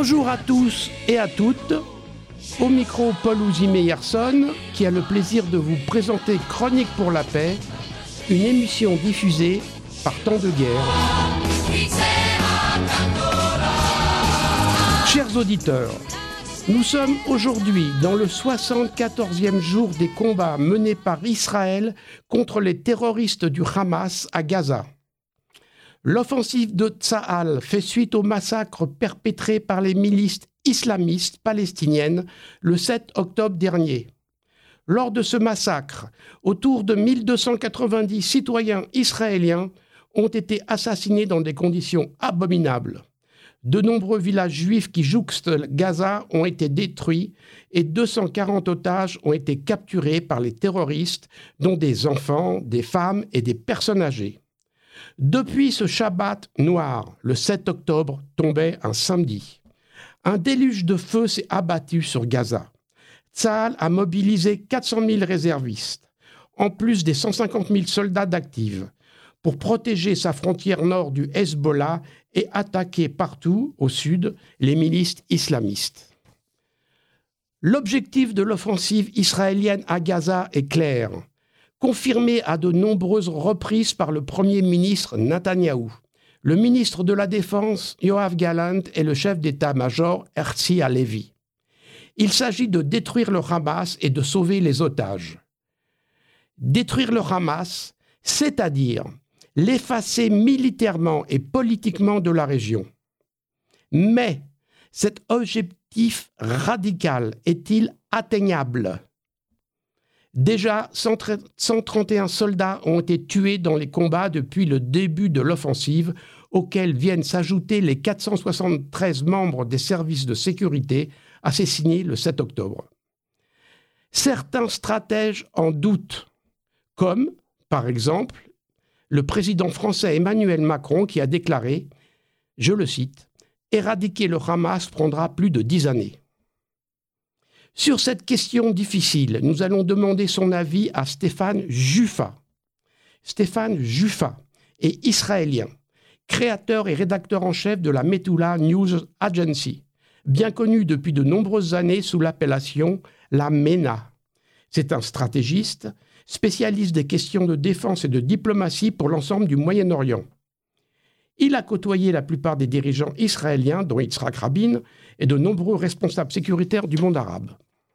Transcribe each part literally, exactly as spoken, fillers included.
Bonjour à tous et à toutes. Au micro, Paul Ouzime-Yerson, qui a le plaisir de vous présenter Chronique pour la paix, une émission diffusée par Temps de guerre. Chers auditeurs, nous sommes aujourd'hui dans le soixante-quatorzième jour des combats menés par Israël contre les terroristes du Hamas à Gaza. L'offensive de Tsahal fait suite au massacre perpétré par les milices islamistes palestiniennes le sept octobre dernier. Lors de ce massacre, autour de mille deux cent quatre-vingt-dix citoyens israéliens ont été assassinés dans des conditions abominables. De nombreux villages juifs qui jouxtent Gaza ont été détruits et deux cent quarante otages ont été capturés par les terroristes, dont des enfants, des femmes et des personnes âgées. Depuis ce Shabbat noir, le sept octobre tombait un samedi. Un déluge de feu s'est abattu sur Gaza. Tsahal a mobilisé quatre cent mille réservistes, en plus des cent cinquante mille soldats d'actifs, pour protéger sa frontière nord du Hezbollah et attaquer partout, au sud, les milices islamistes. L'objectif de l'offensive israélienne à Gaza est clair, confirmé à de nombreuses reprises par le Premier ministre Netanyahou, le ministre de la Défense Yoav Gallant et le chef d'état-major Herzi Halevi. Il s'agit de détruire le Hamas et de sauver les otages. Détruire le Hamas, c'est-à-dire l'effacer militairement et politiquement de la région. Mais cet objectif radical est-il atteignable ? Déjà, cent trente et un soldats ont été tués dans les combats depuis le début de l'offensive, auxquels viennent s'ajouter les quatre cent soixante-treize membres des services de sécurité assassinés le sept octobre. Certains stratèges en doutent, comme, par exemple, le président français Emmanuel Macron qui a déclaré, je le cite, « Éradiquer le Hamas prendra plus de dix années ». Sur cette question difficile, nous allons demander son avis à Stéphane Juffa. Stéphane Juffa est israélien, créateur et rédacteur en chef de la Metula News Agency, bien connu depuis de nombreuses années sous l'appellation la MENA. C'est un stratégiste, spécialiste des questions de défense et de diplomatie pour l'ensemble du Moyen-Orient. Il a côtoyé la plupart des dirigeants israéliens, dont Yitzhak Rabin, et de nombreux responsables sécuritaires du monde arabe.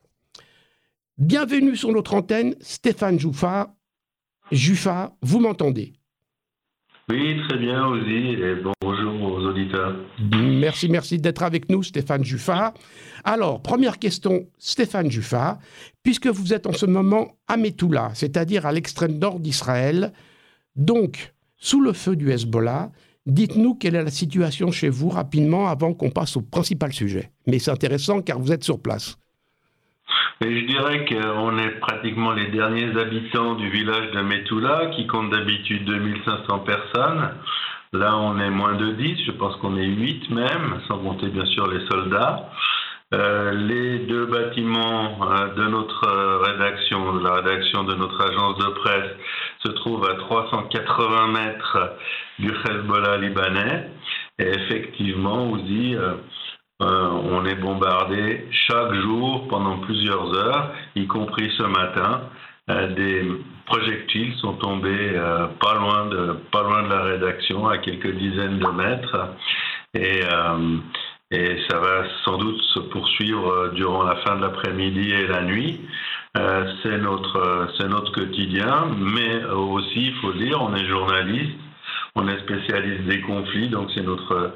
Bienvenue sur notre antenne, Stéphane Juffa. Juffa, vous m'entendez ? Oui, très bien, Ozzy, et bonjour aux auditeurs. Merci, merci d'être avec nous, Stéphane Juffa. Alors, première question, Stéphane Juffa, puisque vous êtes en ce moment à Metula, c'est-à-dire à l'extrême nord d'Israël, donc sous le feu du Hezbollah, dites-nous quelle est la situation chez vous rapidement avant qu'on passe au principal sujet. Mais c'est intéressant car vous êtes sur place. Et je dirais qu'on est pratiquement les derniers habitants du village de Metula, qui compte d'habitude deux mille cinq cents personnes. Là, on est moins de dix, je pense qu'on est huit même, sans compter bien sûr les soldats. Euh, les deux bâtiments euh, de notre euh, rédaction, de la rédaction de notre agence de presse, se trouvent à trois cent quatre-vingts mètres du Hezbollah libanais. Et effectivement, Ouzi, euh, euh, on est bombardé chaque jour pendant plusieurs heures, y compris ce matin. Euh, des projectiles sont tombés euh, pas loin de pas loin de la rédaction, à quelques dizaines de mètres. Et euh, Et ça va sans doute se poursuivre durant la fin de l'après-midi et la nuit. Euh, c'est notre, c'est notre quotidien, mais aussi, il faut le dire, on est journaliste, on est spécialiste des conflits, donc c'est notre,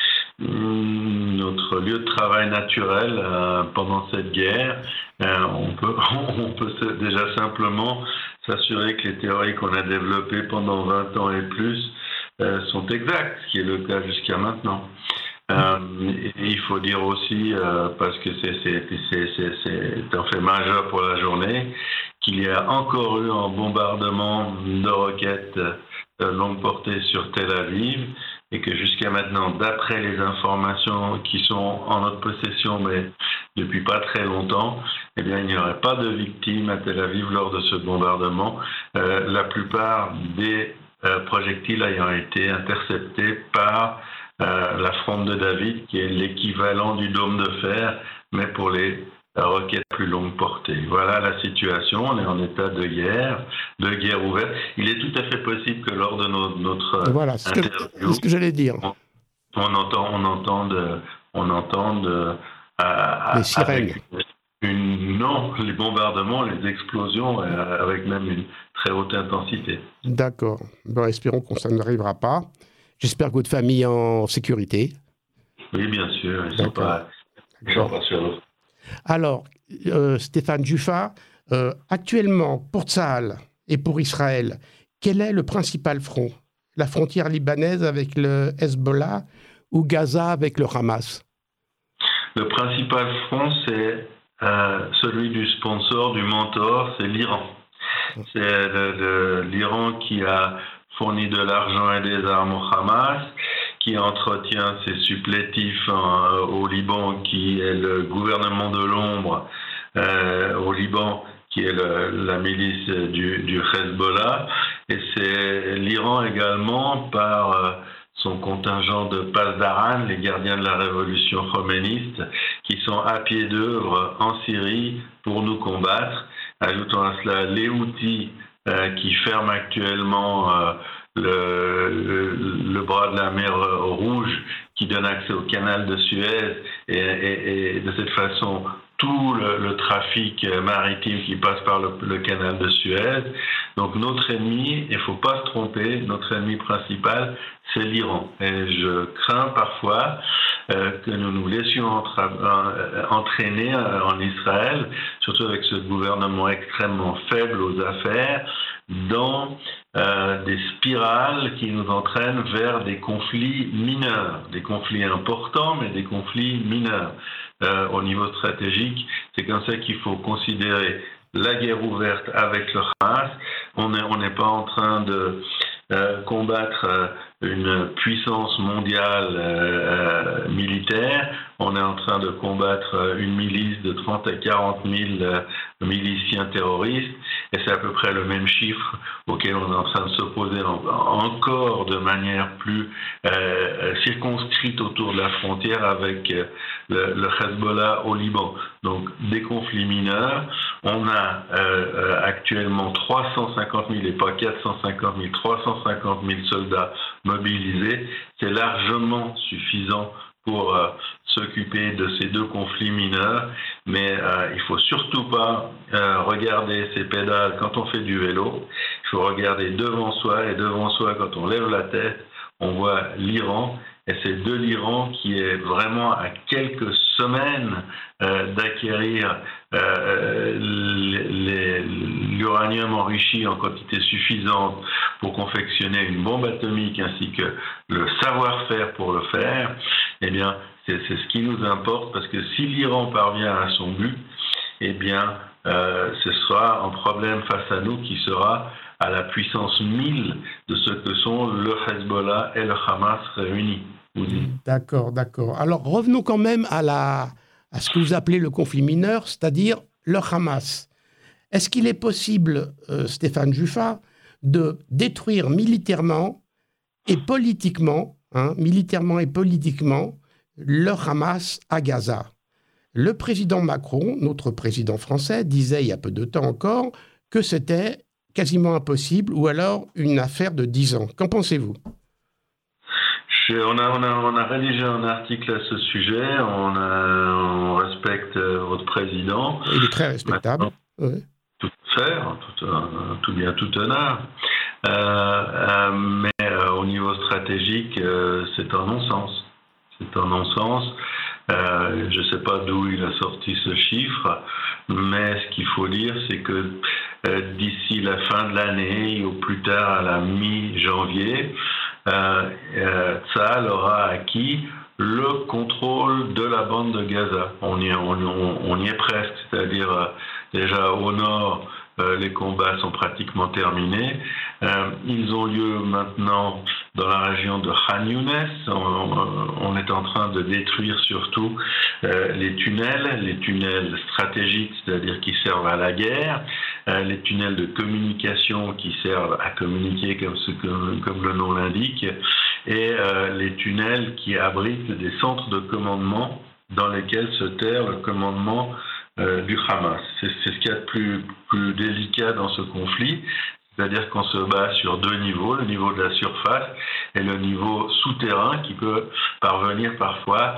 notre lieu de travail naturel euh, pendant cette guerre. Euh, on peut, on peut déjà simplement s'assurer que les théories qu'on a développées pendant vingt ans et plus euh, sont exactes, ce qui est le cas jusqu'à maintenant. Euh, il faut dire aussi, euh, parce que c'est, c'est, c'est, c'est, c'est un fait majeur pour la journée, qu'il y a encore eu un bombardement de roquettes euh, longue portée sur Tel Aviv, et que jusqu'à maintenant, d'après les informations qui sont en notre possession, mais depuis pas très longtemps, eh bien, il n'y aurait pas de victimes à Tel Aviv lors de ce bombardement. Euh, la plupart des euh, projectiles ayant été interceptés par euh, la fronde de David, qui est l'équivalent du dôme de fer, mais pour les requêtes plus longue portée. Voilà la situation, on est en état de guerre, de guerre ouverte. Il est tout à fait possible que lors de no- notre voilà, c'est interview, ce que, ce que j'allais dire. On, on entend, on entende, on entende euh, les sirènes. Avec une, non, les bombardements, les explosions, euh, avec même une très haute intensité. D'accord. Bon, espérons que ça n'arrivera pas. J'espère que votre famille est en sécurité. Oui, bien sûr. Ils ne sont pas, ils sont pas sur. Alors, euh, Stéphane Juffa, euh, actuellement, pour Tsahal et pour Israël, quel est le principal front? La frontière libanaise avec le Hezbollah ou Gaza avec le Hamas? Le principal front, c'est euh, celui du sponsor, du mentor, c'est l'Iran. C'est le, le, l'Iran qui a fourni de l'argent et des armes au Hamas, qui entretient ses supplétifs hein, au Liban, qui est le gouvernement de l'ombre euh, au Liban, qui est le, la milice du, du Hezbollah. Et c'est l'Iran également par euh, son contingent de Pasdaran, les gardiens de la révolution khoméniste, qui sont à pied d'œuvre en Syrie pour nous combattre. Ajoutons à cela les Houthis euh, qui ferment actuellement euh, le, le, le bras de la mer Rouge, qui donne accès au canal de Suez, et, et, et de cette façon tout le, le trafic maritime qui passe par le, le canal de Suez. Donc notre ennemi, il ne faut pas se tromper, notre ennemi principal, c'est l'Iran. Et je crains parfois euh, que nous nous laissions entra- euh, entraîner euh, en Israël, surtout avec ce gouvernement extrêmement faible aux affaires, dans euh, des spirales qui nous entraînent vers des conflits mineurs, des conflits importants, mais des conflits mineurs. Euh, au niveau stratégique, c'est comme ça qu'il faut considérer la guerre ouverte avec le Hamas. On n'est on n'est pas en train de euh, combattre euh, une puissance mondiale euh, militaire, on est en train de combattre une milice de trente à quarante mille euh, miliciens terroristes, et c'est à peu près le même chiffre auquel on est en train de s'opposer en, encore de manière plus euh, circonscrite autour de la frontière avec euh, le, le Hezbollah au Liban. Donc des conflits mineurs, on a euh, actuellement trois cent cinquante mille et pas quatre cent cinquante mille, trois cent cinquante mille soldats mobilisés, c'est largement suffisant pour euh, s'occuper de ces deux conflits mineurs, mais euh, il ne faut surtout pas euh, regarder ses pédales quand on fait du vélo, il faut regarder devant soi, et devant soi, quand on lève la tête, on voit l'Iran, et c'est de l'Iran qui est vraiment à quelques semaines euh, d'acquérir euh, les, l'uranium enrichi en quantité suffisante pour confectionner une bombe atomique ainsi que le savoir-faire pour le faire. Eh bien, c'est, c'est ce qui nous importe, parce que si l'Iran parvient à son but, eh bien, euh, ce sera un problème face à nous qui sera à la puissance mille de ce que sont le Hezbollah et le Hamas réunis. D'accord, d'accord. Alors revenons quand même à, la, à ce que vous appelez le conflit mineur, c'est-à-dire le Hamas. Est-ce qu'il est possible, euh, Stéphane Juffa, de détruire militairement et politiquement, hein, militairement et politiquement, le Hamas à Gaza? Le président Macron, notre président français, disait il y a peu de temps encore que c'était quasiment impossible, ou alors une affaire de dix ans. Qu'en pensez-vous? On a, on, a, on a rédigé un article à ce sujet, on, a, on respecte votre président. Il est très respectable. Oui. Tout faire, tout, tout bien, tout honneur. Euh, euh, mais euh, au niveau stratégique, euh, c'est un non-sens. C'est un non-sens. Euh, je ne sais pas d'où il a sorti ce chiffre, mais ce qu'il faut dire, c'est que euh, d'ici la fin de l'année, ou plus tard à la mi-janvier, euh, euh, Tsahal aura acquis le contrôle de la bande de Gaza. On y, on, on, on y est presque, c'est-à-dire euh, déjà au nord, euh, les combats sont pratiquement terminés. Euh, ils ont lieu maintenant dans la région de Khan Younes. On, on est en train de détruire surtout euh, les tunnels, les tunnels stratégiques, c'est-à-dire qui servent à la guerre, euh, les tunnels de communication qui servent à communiquer comme, ce, comme, comme le nom l'indique, et euh, les tunnels qui abritent des centres de commandement dans lesquels se terre le commandement euh, du Hamas. C'est, c'est ce qu'il y a de plus, plus délicat dans ce conflit. C'est-à-dire qu'on se base sur deux niveaux, le niveau de la surface et le niveau souterrain qui peut parvenir parfois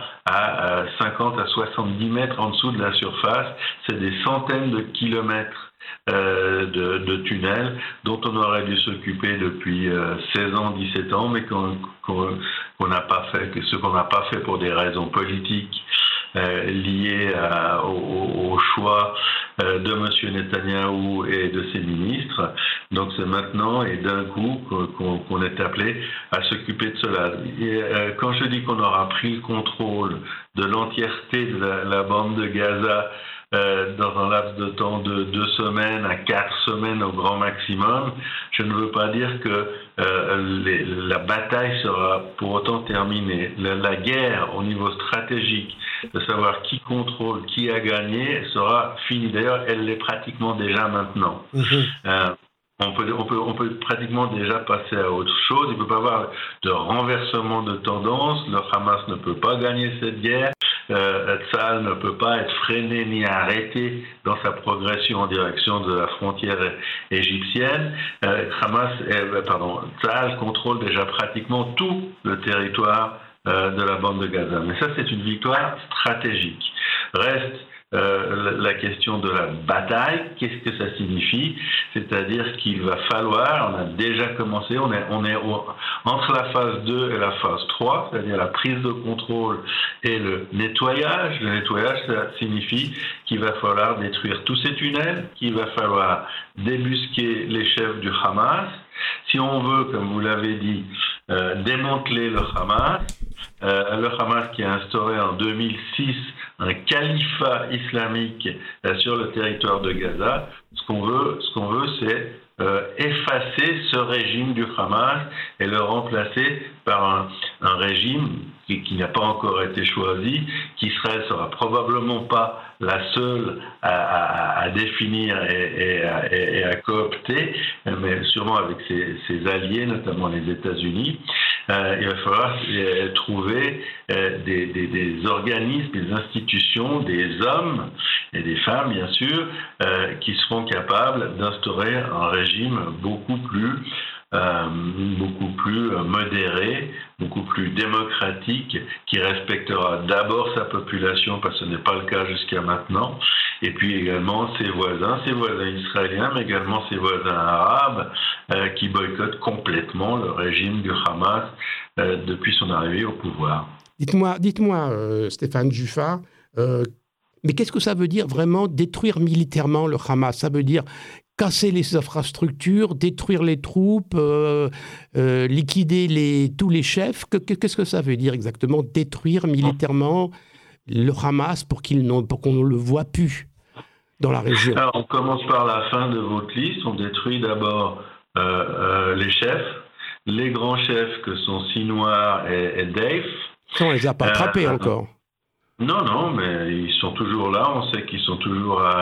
à cinquante à soixante-dix mètres en dessous de la surface. C'est des centaines de kilomètres euh, de, de tunnels dont on aurait dû s'occuper depuis euh, seize ans, dix-sept ans, mais qu'on, qu'on, qu'on n'a pas fait, que ce qu'on n'a pas fait pour des raisons politiques euh, liées à, au, au choix euh, de M. Netanyahou et de ses ministres. Donc c'est maintenant et d'un coup qu'on, qu'on est appelé à s'occuper de cela. Et, euh, quand je dis qu'on aura pris le contrôle de l'entièreté de la, la bande de Gaza euh, dans un laps de temps de deux semaines à quatre semaines au grand maximum, je ne veux pas dire que euh, les, la bataille sera pour autant terminée. La, la guerre au niveau stratégique, de savoir qui contrôle, qui a gagné, sera finie. D'ailleurs, elle l'est pratiquement déjà maintenant. Mmh. Euh, On peut, on, peut, on peut pratiquement déjà passer à autre chose. Il ne peut pas y avoir de renversement de tendance. Le Hamas ne peut pas gagner cette guerre. Euh, Tsahal ne peut pas être freiné ni arrêté dans sa progression en direction de la frontière égyptienne. Euh, Hamas, euh, pardon, Tsahal contrôle déjà pratiquement tout le territoire euh, de la bande de Gaza. Mais ça, c'est une victoire stratégique. Reste Euh, la question de la bataille, qu'est-ce que ça signifie? C'est-à-dire qu'il va falloir, on a déjà commencé, on est, on est au, entre la phase deux et la phase trois, c'est-à-dire la prise de contrôle et le nettoyage. Le nettoyage, ça signifie qu'il va falloir détruire tous ces tunnels, qu'il va falloir débusquer les chefs du Hamas. Si on veut, comme vous l'avez dit, euh, démanteler le Hamas, euh, le Hamas qui a instauré en deux mille six un califat islamique euh, sur le territoire de Gaza, ce qu'on veut, ce qu'on veut, c'est euh, effacer ce régime du Hamas et le remplacer par un, un régime qui, qui n'a pas encore été choisi, qui serait, sera probablement pas la seule à, à, à définir et, et, à, et à coopter, mais sûrement avec ses, ses alliés, notamment les États-Unis. Euh, il va falloir euh, trouver euh, des, des, des organismes, des institutions, des hommes et des femmes, bien sûr, euh, qui seront capables d'instaurer un régime beaucoup plus Euh, beaucoup plus modéré, beaucoup plus démocratique, qui respectera d'abord sa population, parce que ce n'est pas le cas jusqu'à maintenant, et puis également ses voisins, ses voisins israéliens, mais également ses voisins arabes, euh, qui boycottent complètement le régime du Hamas euh, depuis son arrivée au pouvoir. Dites-moi, dites-moi euh, Stéphane Juffa, euh, mais qu'est-ce que ça veut dire vraiment détruire militairement le Hamas? Ça veut dire casser les infrastructures, détruire les troupes, euh, euh, liquider les, tous les chefs. Que, que, qu'est-ce que ça veut dire exactement, détruire militairement le Hamas pour, qu'il pour qu'on ne le voit plus dans la région? Alors, on commence par la fin de votre liste. On détruit d'abord euh, euh, les chefs, les grands chefs que sont Sinwar et, et Deif. On ne les a pas attrapés euh, encore. Non, non, mais ils sont toujours là. On sait qu'ils sont toujours à,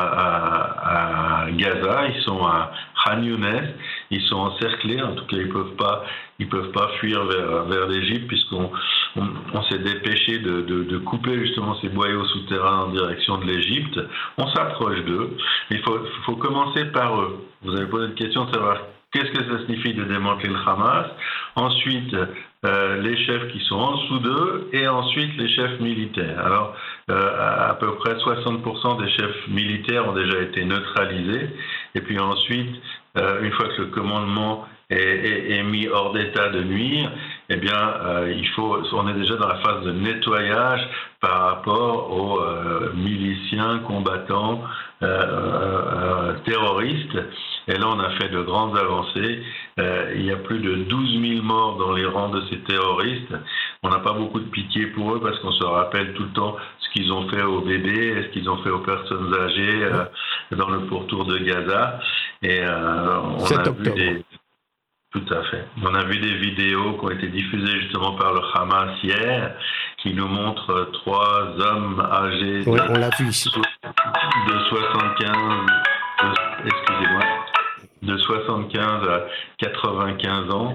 à, à Gaza. Ils sont à Khan Younes. Ils sont encerclés. En tout cas, ils peuvent pas, ils peuvent pas fuir vers, vers l'Égypte puisqu'on on, on s'est dépêché de, de, de couper justement ces boyaux souterrains en direction de l'Égypte. On s'approche d'eux. Il faut, faut commencer par eux. Vous avez posé une question de savoir qu'est-ce que ça signifie de démanteler le Hamas. Ensuite, Euh, les chefs qui sont en dessous d'eux, et ensuite les chefs militaires. Alors, euh, à peu près soixante pour cent des chefs militaires ont déjà été neutralisés, et puis ensuite, euh, une fois que le commandement est, est, est mis hors d'état de nuire, eh bien, euh, il faut, on est déjà dans la phase de nettoyage par rapport aux euh, miliciens, combattants, euh, euh, terroristes. Et là, on a fait de grandes avancées. Euh, il y a plus de douze mille morts dans les rangs de ces terroristes. On n'a pas beaucoup de pitié pour eux parce qu'on se rappelle tout le temps ce qu'ils ont fait aux bébés et ce qu'ils ont fait aux personnes âgées euh, dans le pourtour de Gaza. Et euh, on a vu des... Tout à fait. On a vu des vidéos qui ont été diffusées justement par le Hamas hier, qui nous montrent trois hommes âgés oui, de, on l'a vu ici. de soixante-quinze, de, excusez-moi, de soixante-quinze à quatre-vingt-quinze ans,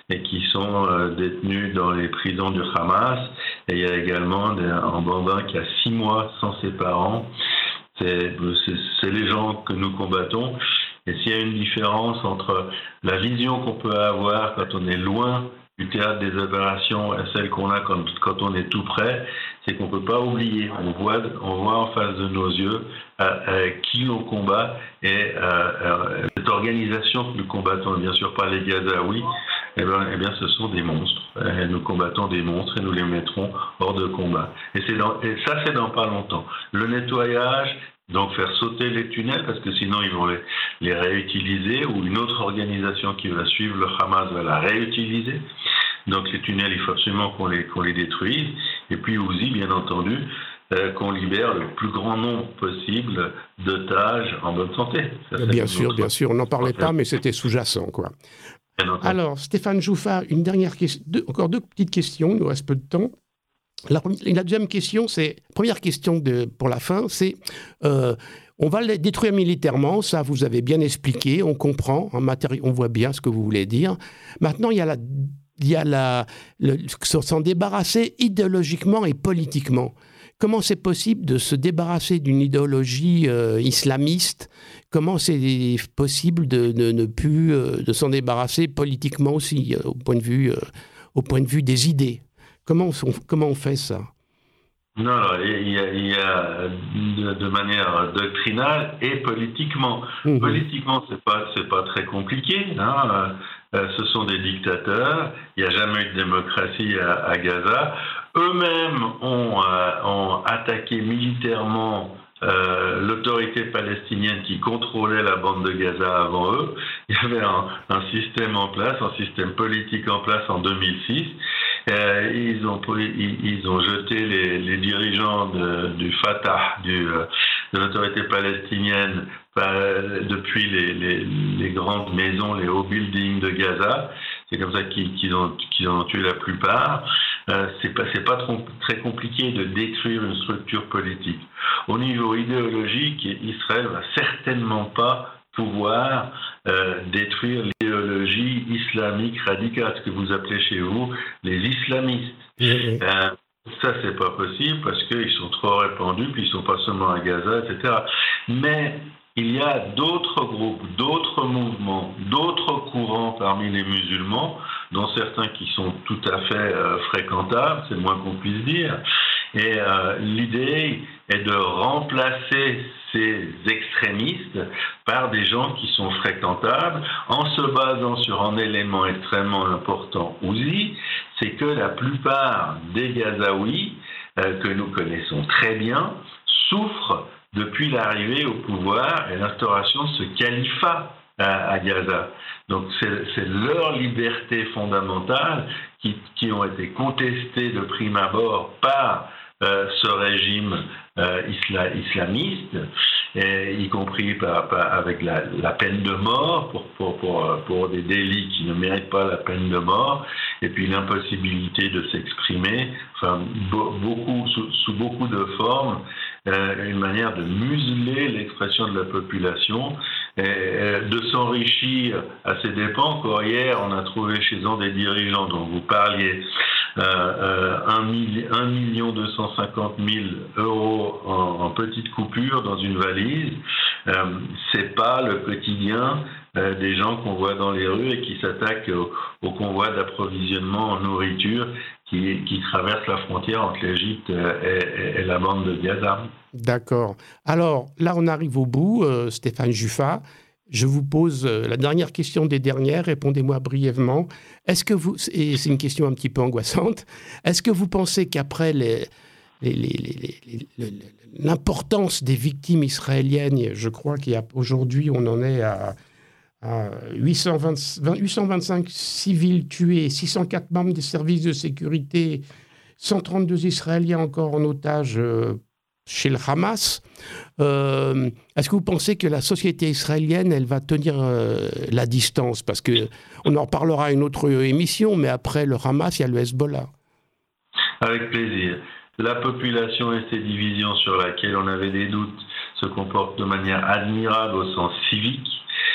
et qui sont euh, détenus dans les prisons du Hamas. Et il y a également des, un bambin qui a six mois sans ses parents. C'est, c'est, c'est les gens que nous combattons. Et s'il y a une différence entre la vision qu'on peut avoir quand on est loin du théâtre des opérations et celle qu'on a quand, quand on est tout près, c'est qu'on ne peut pas oublier. On voit, on voit en face de nos yeux euh, euh, qui on combat et euh, euh, cette organisation que nous combattons, bien sûr pas les Gazaouis, eh bien, eh bien ce sont des monstres. Et nous combattons des monstres et nous les mettrons hors de combat. Et, c'est dans, et ça, c'est dans pas longtemps. Le nettoyage, donc faire sauter les tunnels, parce que sinon ils vont les, les réutiliser, ou une autre organisation qui va suivre le Hamas va la réutiliser. Donc les tunnels, il faut absolument qu'on les, qu'on les détruise. Et puis aussi, bien entendu, euh, qu'on libère le plus grand nombre possible d'otages en bonne santé. Ça, bien sûr, notre... bien sûr, on n'en parlait pas, mais c'était sous-jacent, quoi. Alors, Stéphane Jouffa, une dernière question, deux, encore deux petites questions, il nous reste peu de temps. La, la deuxième question, c'est, première question de, pour la fin, c'est, euh, on va les détruire militairement, ça vous avez bien expliqué, on comprend, en matéri- on voit bien ce que vous voulez dire. Maintenant, il y a la, il y a la, le, s'en débarrasser idéologiquement et politiquement. Comment c'est possible de se débarrasser d'une idéologie euh, islamiste ? Comment c'est possible de, de ne plus euh, de s'en débarrasser politiquement aussi, euh, au point de vue, euh, au point de vue des idées ? Comment on, comment on fait ça ? Non, alors, il y a, il y a de, de manière doctrinale et politiquement. Mmh. Politiquement, c'est pas c'est pas très compliqué. Hein. Euh, ce sont des dictateurs. Il n'y a jamais eu de démocratie à, à Gaza. Eux-mêmes ont, euh, ont attaqué militairement euh, l'autorité palestinienne qui contrôlait la bande de Gaza avant eux. Il y avait un, un système en place, un système politique en place en deux mille six. Euh, ils, ont, ils, ils ont jeté les, les dirigeants de, du Fatah, du, de l'autorité palestinienne, euh, depuis les, les, les grandes maisons, les hauts buildings de Gaza. C'est comme ça qu'ils, qu'ils, ont, qu'ils en ont tué la plupart. Euh, c'est pas, c'est pas trop, très compliqué de détruire une structure politique. Au niveau idéologique, Israël va certainement pas pouvoir euh, détruire l'idéologie islamique radicale, ce que vous appelez chez vous les islamistes. Mmh. Euh, ça, c'est pas possible parce qu'ils sont trop répandus, puis ils sont pas seulement à Gaza, et cetera. Mais il y a d'autres groupes, d'autres mouvements, d'autres courants parmi les musulmans, dont certains qui sont tout à fait euh, fréquentables, c'est le moins qu'on puisse dire. Et euh, l'idée est de remplacer ces extrémistes par des gens qui sont fréquentables en se basant sur un élément extrêmement important aussi, c'est que la plupart des Gazaouis euh, que nous connaissons très bien souffrent depuis l'arrivée au pouvoir et l'instauration de ce califat à, à Gaza. Donc c'est, c'est leur liberté fondamentale qui, qui ont été contestées de prime abord par euh, ce régime euh, isla, islamiste, et, y compris par, par, avec la, la peine de mort pour, pour, pour, pour des délits qui ne méritent pas la peine de mort, et puis l'impossibilité de s'exprimer, enfin, beaucoup, sous, sous beaucoup de formes, euh, une manière de museler l'expression de la population, et, et de s'enrichir à ses dépens. Encore hier, on a trouvé chez eux des dirigeants dont vous parliez, Euh, euh, un million deux cent cinquante mille euros en, en petites coupures dans une valise. Euh, c'est pas le quotidien euh, des gens qu'on voit dans les rues et qui s'attaquent au, au convoi d'approvisionnement en nourriture qui, qui traverse la frontière entre l'Égypte et, et, et la bande de Gaza. D'accord. Alors là, on arrive au bout, euh, Stéphane Jouffa. Je vous pose la dernière question des dernières, répondez-moi brièvement. Est-ce que vous, et c'est une question un petit peu angoissante, est-ce que vous pensez qu'après les, les, les, les, les, les, l'importance des victimes israéliennes, je crois qu'aujourd'hui on en est à, à huit cent vingt, huit cent vingt-cinq civils tués, six cent quatre membres des services de sécurité, cent trente-deux Israéliens encore en otage euh, chez le Hamas, euh, est-ce que vous pensez que la société israélienne, elle va tenir euh, la distance ? Parce qu'on en reparlera à une autre émission, mais après le Hamas, il y a le Hezbollah. Avec plaisir. La population et ses divisions sur laquelle on avait des doutes se comportent de manière admirable au sens civique.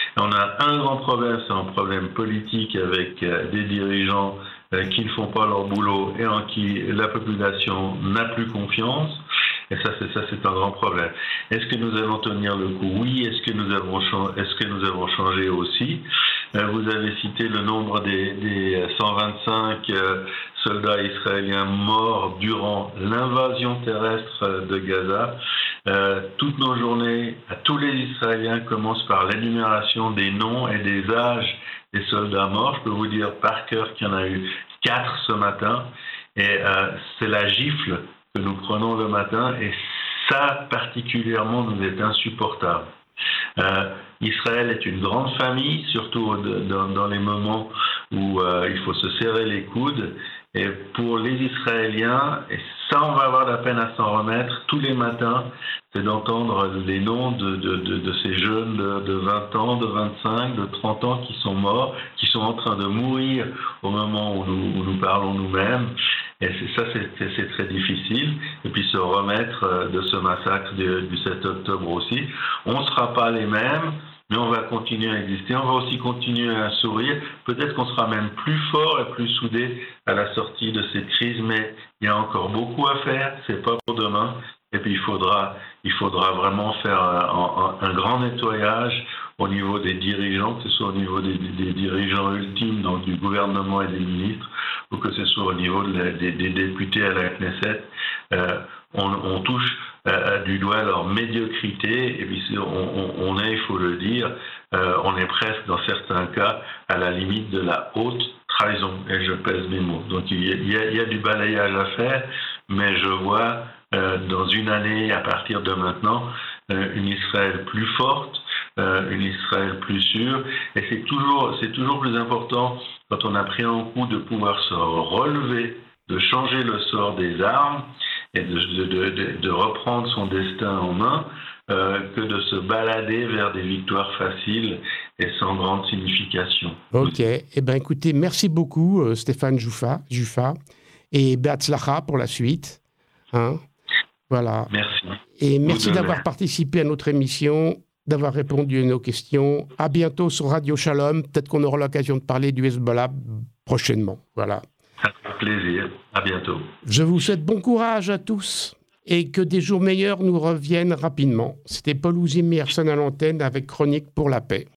On a un grand problème, c'est un problème politique avec euh, des dirigeants euh, qui ne font pas leur boulot et en qui la population n'a plus confiance. Et ça, c'est ça, c'est un grand problème. Est-ce que nous allons tenir le coup? Oui. Est-ce que nous avons, est-ce que nous avons changé aussi? euh, Vous avez cité le nombre des, des cent vingt-cinq euh, soldats israéliens morts durant l'invasion terrestre de Gaza. Euh, toutes nos journées, à tous les Israéliens commencent par l'énumération des noms et des âges des soldats morts. Je peux vous dire par cœur qu'il y en a eu quatre ce matin. Et euh, c'est la gifle que nous prenons le matin, et ça particulièrement nous est insupportable. Euh, Israël est une grande famille, surtout de, dans, dans les moments où euh, il faut se serrer les coudes. Et pour les Israéliens, et ça on va avoir la peine à s'en remettre, tous les matins, c'est d'entendre les noms de, de, de, de ces jeunes de, de vingt ans, de vingt-cinq, de trente ans qui sont morts, qui sont en train de mourir au moment où nous, où nous parlons nous-mêmes. Et c'est, ça, c'est, c'est, c'est très difficile. Et puis se remettre de ce massacre du, du sept octobre aussi. On ne sera pas les mêmes, mais on va continuer à exister. On va aussi continuer à sourire. Peut-être qu'on sera même plus fort et plus soudés à la sortie de cette crise, mais il y a encore beaucoup à faire. C'est pas pour demain. Et puis il faudra, il faudra vraiment faire un, un, un grand nettoyage au niveau des dirigeants, que ce soit au niveau des, des dirigeants ultimes, donc du gouvernement et des ministres, ou que ce soit au niveau de la, des, des députés à la Knesset. Euh, on, on touche euh, du doigt leur médiocrité, et puis on, on, on est, il faut le dire, euh, on est presque dans certains cas à la limite de la haute trahison, et je pèse mes mots. Donc il y a, il y a, il y a du balayage à faire, mais je vois euh, dans une année, à partir de maintenant, euh, une Israël plus forte, euh, une Israël plus sûre, et c'est toujours, c'est toujours plus important quand on a pris un coup de pouvoir se relever, de changer le sort des armes et de, de, de, de reprendre son destin en main, euh, que de se balader vers des victoires faciles et sans grande signification. Ok, eh bien écoutez, merci beaucoup euh, Stéphane Jufa, Jufa et Beatzlacha pour la suite. Hein, voilà. Merci. Et merci d'avoir participé à notre émission, d'avoir répondu à nos questions. À bientôt sur Radio Shalom. Peut-être qu'on aura l'occasion de parler du Hezbollah prochainement. Voilà. Avec plaisir. À bientôt. Je vous souhaite bon courage à tous et que des jours meilleurs nous reviennent rapidement. C'était Paul Ouzim Merson à l'antenne avec Chronique pour la paix.